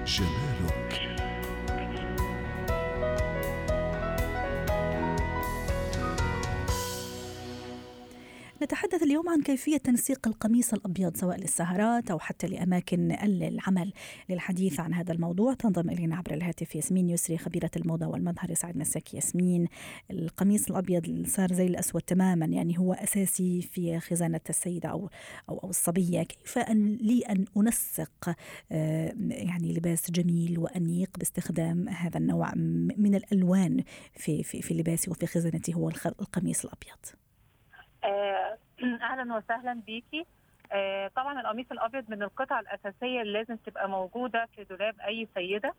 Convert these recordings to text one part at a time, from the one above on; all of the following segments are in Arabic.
جمالك. نتحدث اليوم عن كيفية تنسيق القميص الأبيض سواء للسهرات أو حتى لأماكن العمل. للحديث عن هذا الموضوع تنضم إلينا عبر الهاتف ياسمين يسري خبيرة الموضة والمظهر. يسعد مساك ياسمين. القميص الأبيض صار زي الأسود تماما، يعني هو أساسي في خزانة السيدة أو الصبية. كيف لي أن أنسق يعني لباس جميل وأنيق باستخدام هذا النوع من الألوان في لباسي وفي خزانتي هو القميص الأبيض؟ أهلا وسهلا بيكي. طبعا القميص الأبيض من القطع الأساسية اللي لازم تبقى موجودة في دولاب أي سيدة،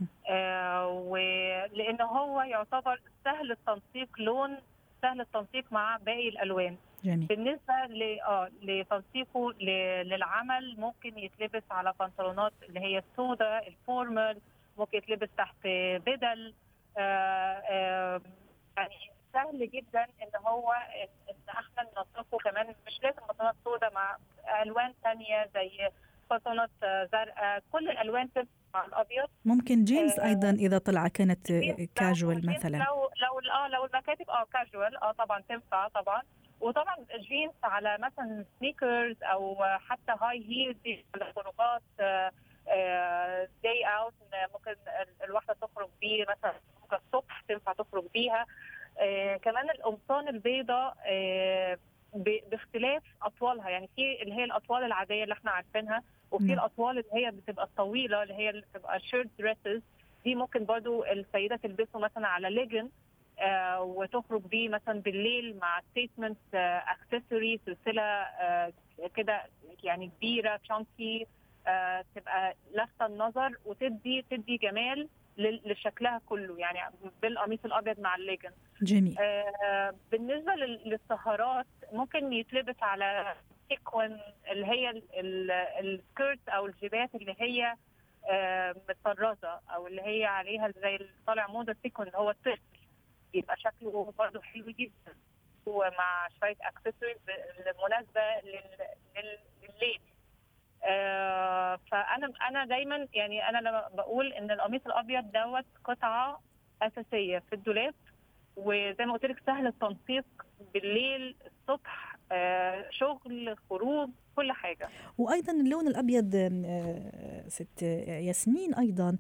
ولأنه هو يعتبر سهل التنسيق، لون سهل التنسيق مع باقي الألوان. جميل. بالنسبة لتنسيقه للعمل، ممكن يتلبس على بنطلونات اللي هي السوداء الفورمال، ممكن يتلبس تحت بدل، يعني سهل جدا ان هو ان احنا ننسقه. كمان مش لازم بنطلونات سوداء مع الوان ثانيه زي بنطلونات زرقاء، كل الالوان تنفع مع الابيض. ممكن جينز ايضا اذا طلع كانت كاجوال مثلا. لو المكاتب كاجوال طبعا تنفع طبعا. وطبعا جينز على مثلا سنيكرز او حتى هاي هيلز على خروجات داي اوت، ممكن الواحده تخرج بيه مثلا الصبح، تنفع تخرج بيها. كمان القمصان البيضاء باختلاف اطوالها، يعني في اللي هي الاطوال العاديه اللي احنا عارفينها، وفي الاطوال اللي هي بتبقى الطويله اللي هي بتبقى شيرت دريسز. دي ممكن برضو السيده تلبسه مثلا على ليجن وتخرج بيه مثلا بالليل مع ستيتمنت اكسسوري، سلسله كده يعني كبيره تشانكي، تبقى لافته النظر وتدي جمال لشكلها كله، يعني بالقميص الابيض مع الليجن. جميل. بالنسبه للسهرات ممكن يتلبس على سيكون اللي هي السكيرت او الجيبات اللي هي متطرزه او اللي هي عليها زي طالع موضه سيكون اللي هو الطفل، يبقى شكله برضه حلو جدا ومع شويه اكسسوارز مناسبه للليل. فانا دايما يعني انا لما بقول ان القميص الابيض دوت قطعه اساسيه في الدولاب، وزي ما قلت لك سهل التنسيق بالليل الصبح، شغل خروج كل حاجه. وايضا اللون الابيض ست ياسمين ايضا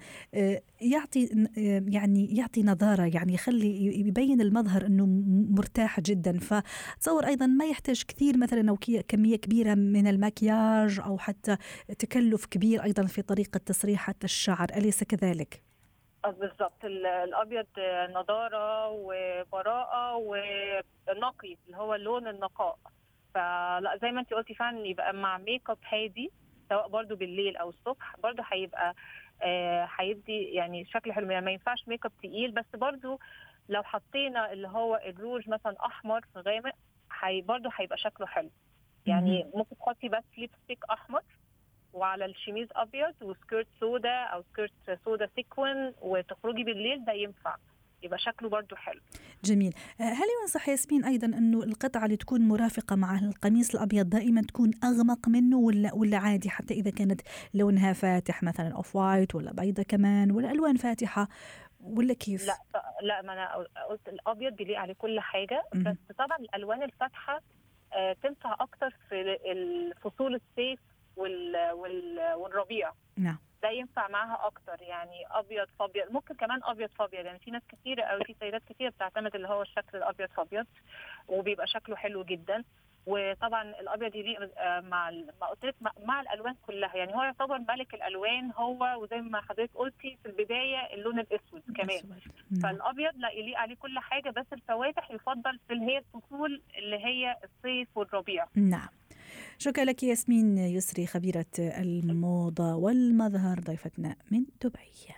يعطي نضاره، يعني يخلي يبين المظهر انه مرتاح جدا. فتصور ايضا ما يحتاج كثير مثلا او كميه كبيره من المكياج او حتى تكلف كبير ايضا في طريقه تسريحه الشعر، اليس كذلك؟ بالضبط. الابيض نضاره وبراءه ونقي اللي هو لون النقاء. فلا زي ما انت قلتي فعلا يبقى مع ميك اب هادي سواء برضو بالليل او الصبح، برضو هيبقى هيدي يعني شكل حلو. يعني ما ينفعش ميك اب تقيل، بس برضو لو حطينا اللي هو الروج مثلا احمر غامق برضو هيبقى شكله حلو. يعني ممكن تحطي بس ليبستيك احمر وعلى الشميز ابيض وسكيرت سودا او سكيرت سودا سيكون وتخرجي بالليل، ده ينفع يبقى شكله برضو حلو. جميل. هل ينصح ياسمين أيضا أنه القطعة اللي تكون مرافقة مع القميص الأبيض دائما تكون أغمق منه ولا عادي حتى إذا كانت لونها فاتح مثلا أوف وايت ولا بيضة كمان ولا ألوان فاتحة ولا كيف؟ لا ما أنا قلت الأبيض بيليق عليه كل حاجة، بس طبعا الألوان الفاتحة تنفع أكتر في فصول الصيف والربيع. نعم. ده ينفع معها اكتر، يعني ابيض فابيض، ممكن كمان ابيض فابيض. يعني في ناس كتيره او في سيدات كتيره بتعتمد اللي هو الشكل الابيض فابيض وبيبقى شكله حلو جدا. وطبعا الابيض يليق ما قلت لك مع الالوان كلها، يعني هو يعتبر ملك الالوان هو، وزي ما حضرتك قلتي في البدايه اللون الاسود كمان. فالابيض لا يليق عليه كل حاجه، بس الفواتح يفضل في اللي هي الفصول اللي هي الصيف والربيع. نعم. شكرا لك ياسمين يسري خبيرة الموضة والمظهر ضيفتنا من دبي.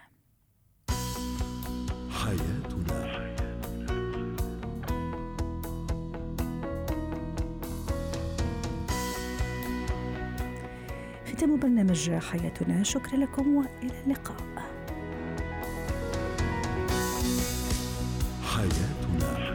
حياتنا. ختام برنامج حياتنا، شكرا لكم وإلى اللقاء. حياتنا.